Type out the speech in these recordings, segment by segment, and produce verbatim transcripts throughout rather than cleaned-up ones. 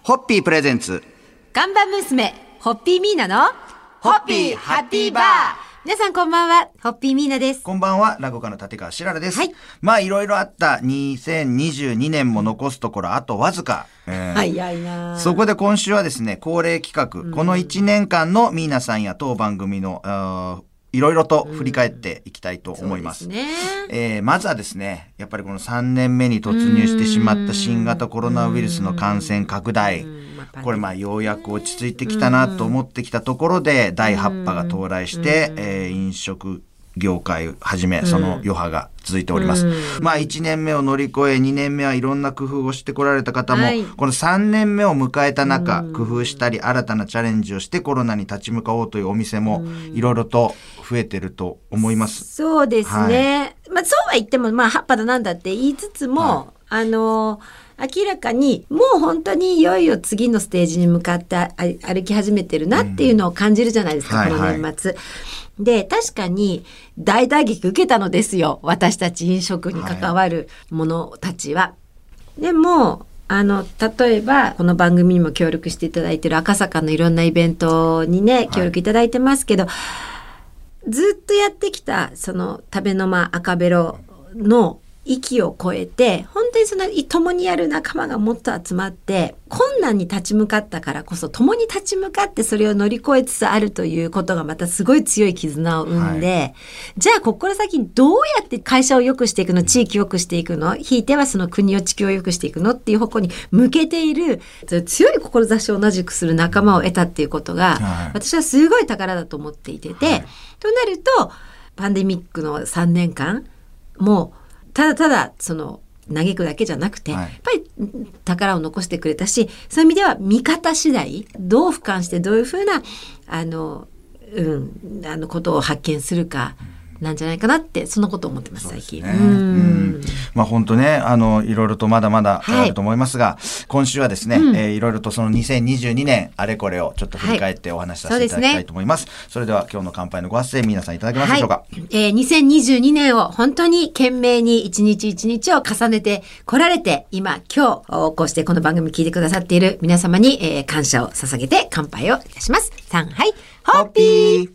ホッピープレゼンツ看板娘ホッピーミーナのホッピーハッピーバー。 皆さんこんばんは、ホッピーミーナです。 こんばんは、落語家の立川しららです。 はい、 まあいろいろあったにせんにじゅうにねんも残すところあとわずか、 えー、早いな。 そこで今週はですね、恒例企画、うん、このいちねんかんのミーナさんや当番組のいろいろと振り返っていきたいと思います。 うん、そうですね。 えー、まずはですね、やっぱりこのさんねんめに突入してしまった新型コロナウイルスの感染拡大、これまあようやく落ち着いてきたなと思ってきたところでだいはっぱが到来して、えー、飲食業界はじめその余波が続いております。まあいちねんめを乗り越えにねんめはいろんな工夫をしてこられた方も、はい、このさんねんめを迎えた中、工夫したり新たなチャレンジをしてコロナに立ち向かおうというお店もいろいろと増えてると思います。 そうですね。はい、まあそうは言ってもまあ葉っぱだなんだって言いつつも、はい、あの明らかにもう本当にいよいよ次のステージに向かって歩き始めてるなっていうのを感じるじゃないですか、うん、この年末。はいはい、で確かに大打撃受けたのですよ、私たち飲食に関わる者たちは。はい、でもあの例えばこの番組にも協力していただいている赤坂のいろんなイベントにね協力いただいてますけど、はい、ずっとやってきたその食べの間赤ベロの域を超えて本当にその共にやる仲間がもっと集まって困難に立ち向かったからこそ共に立ち向かってそれを乗り越えつつあるということがまたすごい強い絆を生んで、はい、じゃあここから先どうやって会社を良くしていくの、地域を良くしていくの、ひいてはその国を地球を良くしていくのっていう方向に向けている強い志を同じくする仲間を得たっていうことが、はい、私はすごい宝だと思っていてて、はい、となるとパンデミックのさんねんかんもうただただその嘆くだけじゃなくて、はい、やっぱり宝を残してくれたし、そういう意味では見方次第どう俯瞰してどういうふうなあの、うん、あのことを発見するかなんじゃないかなってそんなことを思ってます最近。 そうですね。うん、まあ本当ねあのいろいろとまだまだあると思いますが、はい、今週はですね、うんえー、いろいろとそのにせんにじゅうにねんあれこれをちょっと振り返ってお話しさせていただきたいと思います。はい、それでは今日の乾杯のご発声皆さんいただけますでしょうか。はい、 えー、にせんにじゅうにねんを本当に懸命に一日一日を重ねてこられて今今日こうしてこの番組聞いてくださっている皆様に、えー、感謝を捧げて乾杯をいたします。さんはいホッピー。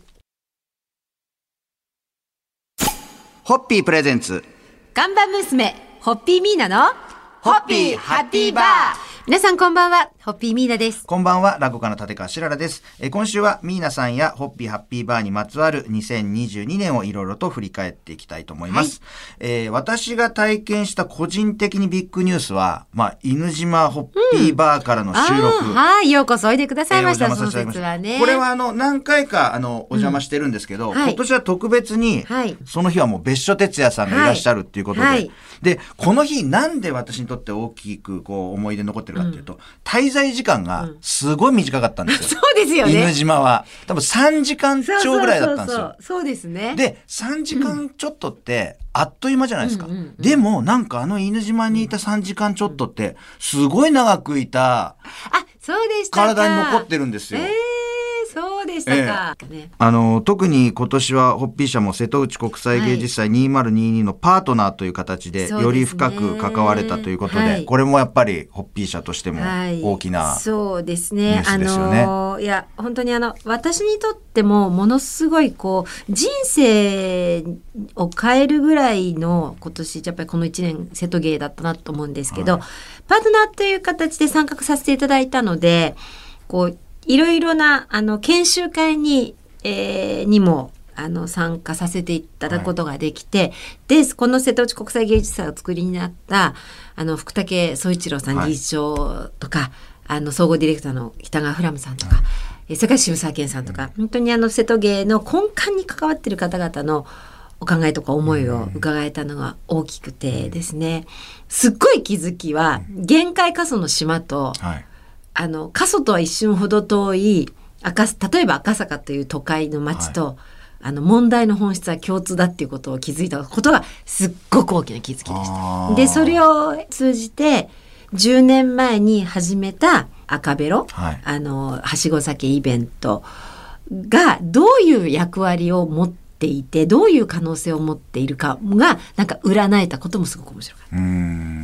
ホッピープレゼンツ看板娘ホッピーミーナのホッピーハッピーバー。 皆さんこんばんは、ホッピーミーナです。 こんばんは、落語家の立川しららです。え今週はミーナさんやホッピーハッピーバーにまつわるにせんにじゅうにねんをいろいろと振り返っていきたいと思います。はいえー、私が体験した個人的にビッグニュースは、まあ、犬島ホッピーバーからの収録、 うん、はい、ようこそおいでくださいました。 えー、お邪魔させていただきました。その説はね、これはあの何回かあのお邪魔してるんですけど、うんはい、今年は特別に、はい、その日はもう別所哲也さんがいらっしゃるっていうことで、はいはい、でこの日なんで私にとって大きくこう思い出に残ってるかっていうと、うん滞在時間がすごい短かったんですよ。 そうですよね。 犬島は多分さんじかんちょうぐらいだったんですよ。 そうそうそうそう。そうですね。 でさんじかんちょっとってあっという間じゃないですか。うんうんうん、でもなんかあの犬島にいたさんじかんちょっとってすごい長くいた。 あ、そうでしたか。 体に残ってるんですよ。 えーそうでしたか、 ええ、あの特に今年はホッピー社も瀬戸内国際芸術祭にせんにじゅうにのパートナーという形でより深く関われたということで、はい、これもやっぱりホッピー社としても大きなニュースですよね。 そうですね。あのいや本当にあの私にとってもものすごいこう人生を変えるぐらいの今年やっぱりこのいちねん瀬戸芸だったなと思うんですけど、はい、パートナーという形で参画させていただいたのでこういろいろなあの研修会に、えー、にもあの参加させていただくことができて、はい、でこの瀬戸内国際芸術祭を作りになったあの福武総一郎さん、はい、理事長とかあの総合ディレクターの北川フラムさんとか、はい、それから渋沢健さんとか、うん、本当にあの瀬戸芸の根幹に関わっている方々のお考えとか思いを伺えたのが大きくてですね、すっごい気づきは限界過疎の島と、はいあの過疎とは一瞬ほど遠い赤例えば赤坂という都会の街と、はい、あの問題の本質は共通だっていうことを気づいたことがすっごく大きな気づきでした。でそれを通じてじゅうねんまえに始めた赤ベロ、はい、あのはしご酒イベントがどういう役割を持っていてどういう可能性を持っているかがなんか占えたこともすごく面白かった。 うーん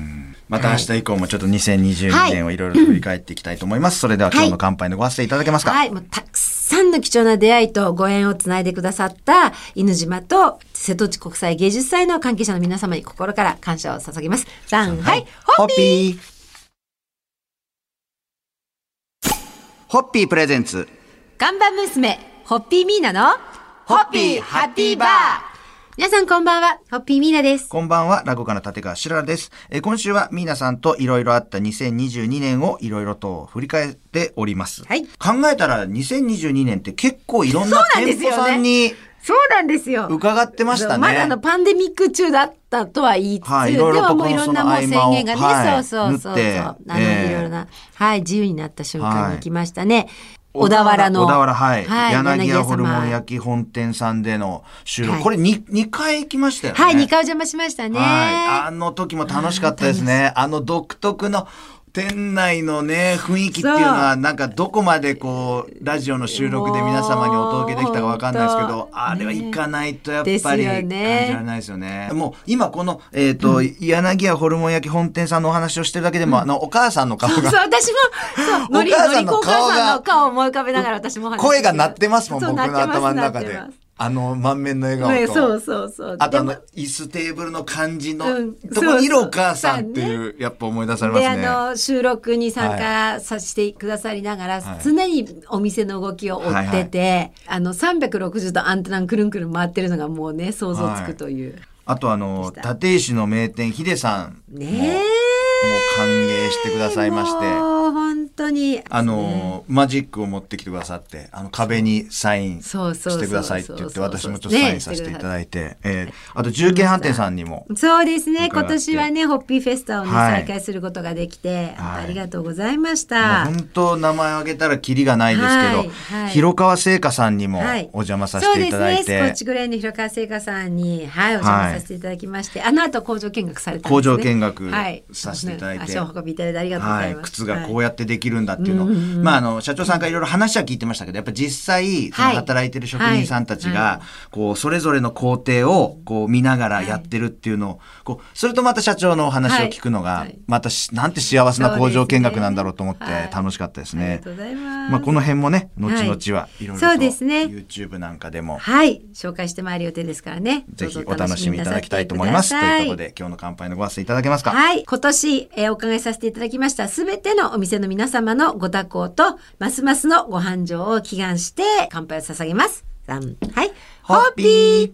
また明日以降もちょっとにせんにじゅうにねんをいろいろと振り返っていきたいと思います。はい、それでは今日の乾杯のご発声いただけますか。 はい、もうたくさんの貴重な出会いとご縁をつないでくださった犬島と瀬戸内国際芸術祭の関係者の皆様に心から感謝を捧げます。さん、はい、ホッピー。 ホッピープレゼンツ。 看板娘、ホッピーミーナのホッピーハッピーバー。 皆さんこんばんは、ホッピーミーナです。 こんばんは、落語家の立川しららです。えー、今週はミーナさんといろいろあったにせんにじゅうにねんをいろいろと振り返っております。 はい。 考えたらにせんにじゅうにねんって結構いろんな店舗さんにそうなんですよ。 伺ってましたね。 まだあのパンデミック中だったとは言いつつ、 はい、いろいろとでももういろんなもう宣言がね、 はい、 そうそうそうそう、あの、 えー、 いろいろな、はい、自由になった瞬間に行きましたね。はい、小田原の。 小田原、はい。はい、柳家ホルモン焼き本店さんでの収録。はい、これ 2, 2回行きましたよね。 はい、にかいお邪魔しましたね。 はい。あの時も楽しかったですね。あの独特の店内のね、雰囲気っていうのは、なんかどこまでこう、ラジオの収録で皆様にお届けできたかわかんないですけど、あれは行かないとやっぱり感じられないですよね。もう今この、えっと、柳家ホルモン焼き本店さんのお話をしてるだけでも、あの、お母さんの顔が。 そう、私も、そう、のり、のりこお母さんの顔を思い浮かべながら私も話して声が鳴ってますもん、僕の頭の中で。あの満面の笑顔と、ね、 そうそうそう。 あとあの椅子テーブルの感じのとこにいるお母さんっていう、そうそう、やっぱ思い出されますね。 で、あの収録に参加させてくださりながら、はい、常にお店の動きを追ってて、はいはい、あのさんびゃくろくじゅうどアンテナくるんくるん回ってるのがもうね想像つくという。はい、 あとあの立石の名店ヒデさんも、 ね、 もう歓迎してくださいまして。 本当にあの、ね、マジックを持ってきてくださってあの壁にサインしてくださいって言って私もちょっとサインさせていただいて、えー、あと重慶飯店さんにもそうですね今年はねホッピーフェスタを、ね、はい、再開することができて、はい、ありがとうございました。 本当名前を挙げたらキリがないですけど、はいはい、広川製菓さんにもお邪魔させていただいて、はい、 そうですねスコッチグレーンの広川製菓さんに、はい、お邪魔させていただきまして、はい、あの後工場見学されたんですね。 工場見学させていただいて、はい、 足を運びいただいてありがとうございます、はい、 靴がこうやってできるんだっていうのを、はい、まああの社長さんからいろいろ話は聞いてましたけどやっぱ実際その働いてる職人さんたちがこうそれぞれの工程をこう見ながらやってるっていうのをこうそれとまた社長のお話を聞くのがまたなんて幸せな工場見学なんだろうと思って楽しかったですね。 ありがとうございます。 まあこの辺もね後々はいろいろと YouTube なんかでもはい紹介してまいる予定ですからねぜひお楽しみいただきたいと思います。というところで今日の乾杯のご発声いただけますか。 はい今年、えー、お伺いさせていただきましたすべてのお店の皆様のご多幸とますますのご繁盛を祈願して乾杯を捧げます。さんはいホッピー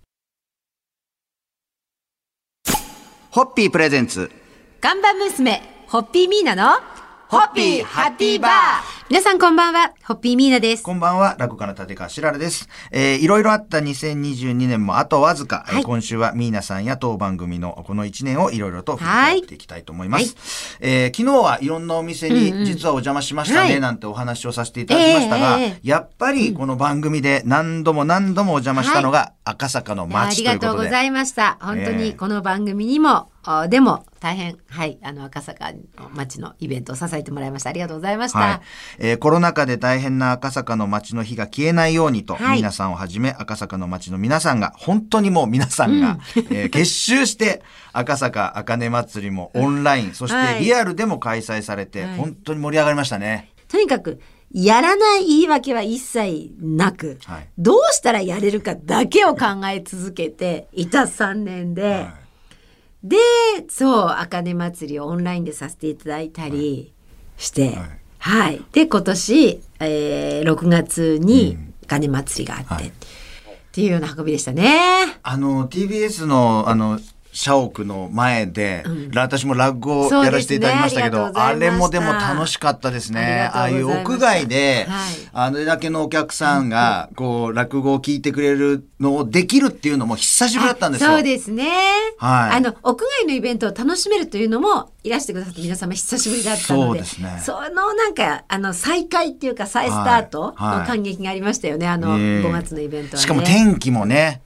ホッピープレゼンツ看板娘ホッピーミーナのホッピーハッピーバー。皆さんこんばんはホッピーミーナです。 こんばんは落語家の立川しららです。えー、いろいろあったにせんにじゅうにねんもあとわずか、はい、今週はミーナさんや当番組のこのいちねんをいろいろと振り返っていきたいと思います、はいえー、昨日はいろんなお店に実はお邪魔しましたね、うんうん、なんてお話をさせていただきましたが、はいえーえー、やっぱりこの番組で何度も何度もお邪魔したのが赤坂の街ということで、 ありがとうございました。本当にこの番組にも、えー、でも大変はいあの赤坂の街のイベントを支えてもらいました。ありがとうございました、はいえー、コロナ禍で大変な赤坂の街の火が消えないようにと、はい、皆さんをはじめ赤坂の街の皆さんが本当にもう皆さんが、うんえー、結集して赤坂あかね祭りもオンラインそしてリアルでも開催されて、はい、本当に盛り上がりましたね。 とにかくやらない言い訳は一切なく、はい、どうしたらやれるかだけを考え続けていたさんねんで、はいでそうあかね祭りをオンラインでさせていただいたりして、はいはい、で今年、えー、ろくがつにあかね祭りがあって、うんはい、っていうような運びでしたね。 あの ティービーエス のあの社屋の前で、うん、私も落語をやらせていただきましたけど、ね、あ, あれもでも楽しかったですね。ああいう屋外で、はい、あれだけのお客さんがこう落語を聞いてくれるのをできるっていうのも久しぶりだったんですよ。 そうですね、はい、あの屋外のイベントを楽しめるというのもいらしてくださった皆様久しぶりだったので、そうですね、そのなんかあの再開っていうか再スタートの感激がありましたよね、はいはい、あのごがつのイベントはね。 しかも天気もね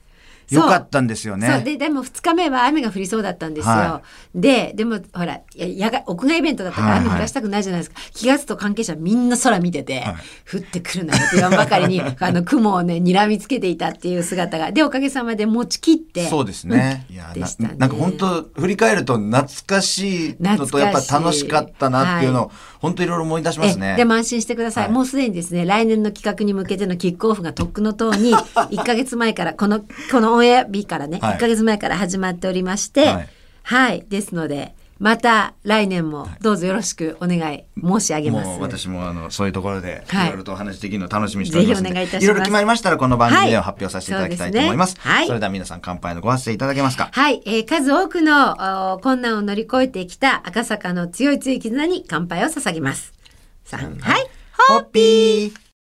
よかったんですよね。 そうででもふつかめは雨が降りそうだったんですよ。 はででもほらややが屋外イベントだったから雨降らしたくないじゃないですか。はいはい、気がつくと関係者みんな空見てて、はい、降ってくるなよって言わんばかりにあの雲をね睨みつけていたっていう姿がでおかげさまで持ちきってそうですね。うん、いや な, ねなんか本当振り返ると懐かしいのとやっぱ楽しかったなっていうのを、はい、本当いろいろ思い出しますね。 でも安心してください。はい、もうすでにですね来年の企画に向けてのキックオフがとっくのとうにいっかげつまえからこのこのオンエア日からね、はい、いっかげつまえから始まっておりまして、はい、はい、ですのでまた来年もどうぞよろしくお願い申し上げます。 もう私もあのそういうところでいろいろとお話できるのを楽しみにしておりますので、 ぜひお願いいたします。 いろいろ決まりましたらこの番組では発表させていただきたいと思います。 はい、 そうですね。はい、 それでは皆さん乾杯のご発声いただけますか。 はい、えー、数多くの困難を乗り越えてきた赤坂の強い強い絆に乾杯を捧げます。さん、うん、はい、 ホッピー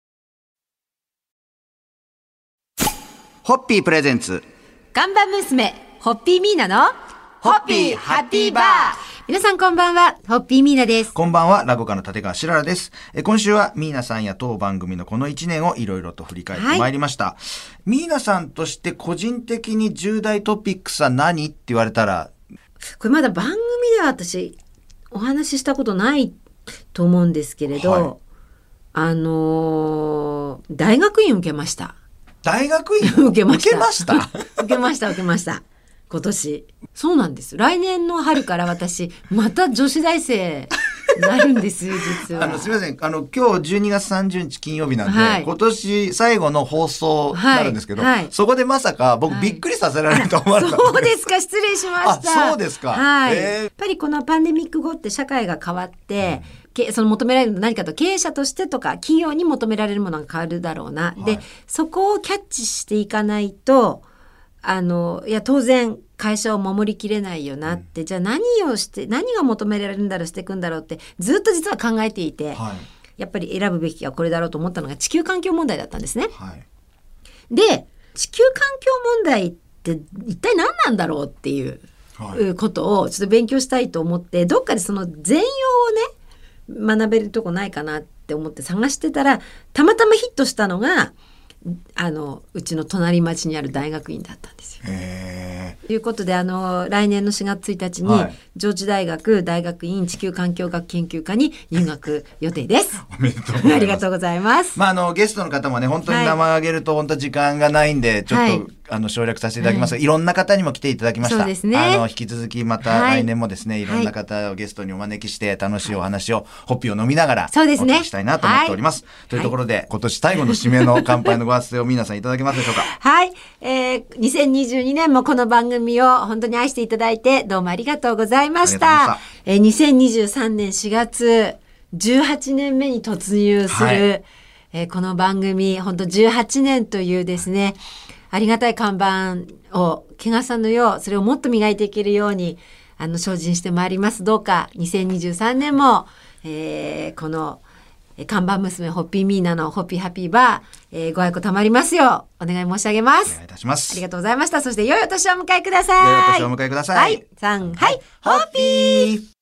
ホッピープレゼンツ看板娘ホッピーミーナのホッピーハッピーバー。皆さんこんばんは、ホッピーミーナです。 こんばんは、落語家の立川しららです。え今週はミーナさんや当番組のこのいちねんをいろいろと振り返ってまいりました。はい、ミーナさんとして個人的に重大トピックスは何って言われたら、 これまだ番組では私お話ししたことないと思うんですけれど、はい、あのー、大学院受けました。 大学院受けました受けました受けました受けました今年。そうなんです。来年の春から私また女子大生になるんですよ実は。 あのすみません、あの今日じゅうにがつさんじゅうにち金曜日なんで、はい、今年最後の放送になるんですけど、はいはい、そこでまさか僕びっくりさせられると思わなかった、 はい、そうですか、失礼しました。 あ、そうですか。 はい、えー、やっぱりこのパンデミック後って社会が変わって、うん、その求められるのは何かと経営者としてとか企業に求められるものが変わるだろうな、はい、でそこをキャッチしていかないとあのいや当然会社を守りきれないよなって、うん、じゃあ何をして何が求められるんだろうしていくんだろうってずっと実は考えていて、はい、やっぱり選ぶべきはこれだろうと思ったのが地球環境問題だったんですね。はい、で地球環境問題って一体何なんだろうっていうことをちょっと勉強したいと思って、どっかでその全容をね学べるとこないかなって思って探してたらたまたまヒットしたのがあのうちの隣町にある大学院だったんですよ。へー。ということであの来年のしがつついたちに、はい、上智大学大学院地球環境学研究科に入学予定です。 おめでとうございます。 ありがとうございます。 まああのゲストの方もね本当に名前を挙げると本当時間がないんで、はい、ちょっと、はい、あの省略させていただきますが、はい、いろんな方にも来ていただきました。 そうですね。 あの引き続きまた来年もですね、はい、いろんな方をゲストにお招きして楽しいお話を、はい、ホッピーを飲みながらお聞きしたいなと思っております。はい、というところで、はい、今年最後の締めの乾杯のご発声を皆さんいただけますでしょうか。 はい、えー、にせんにじゅうにねんもこの番組を本当に愛していただいてどうもありがとうございました。えー、にせんにじゅうさんねんしがつじゅうはちねんめに突入する、はい、えー、この番組本当じゅうはちねんというですね、ありがたい看板を怪我さんのようそれをもっと磨いていけるようにあの精進してまいります。どうかにせんにじゅうさんねんも、えー、この看板娘ホッピーミーナのホッピーハッピーバー、えー、ご愛顧たまりますようお願い申し上げます。 お願いいたします。 ありがとうございました。そして良いお年をお迎えください。 良いお年をお迎えください。 はい、さん、はい、ホッピー。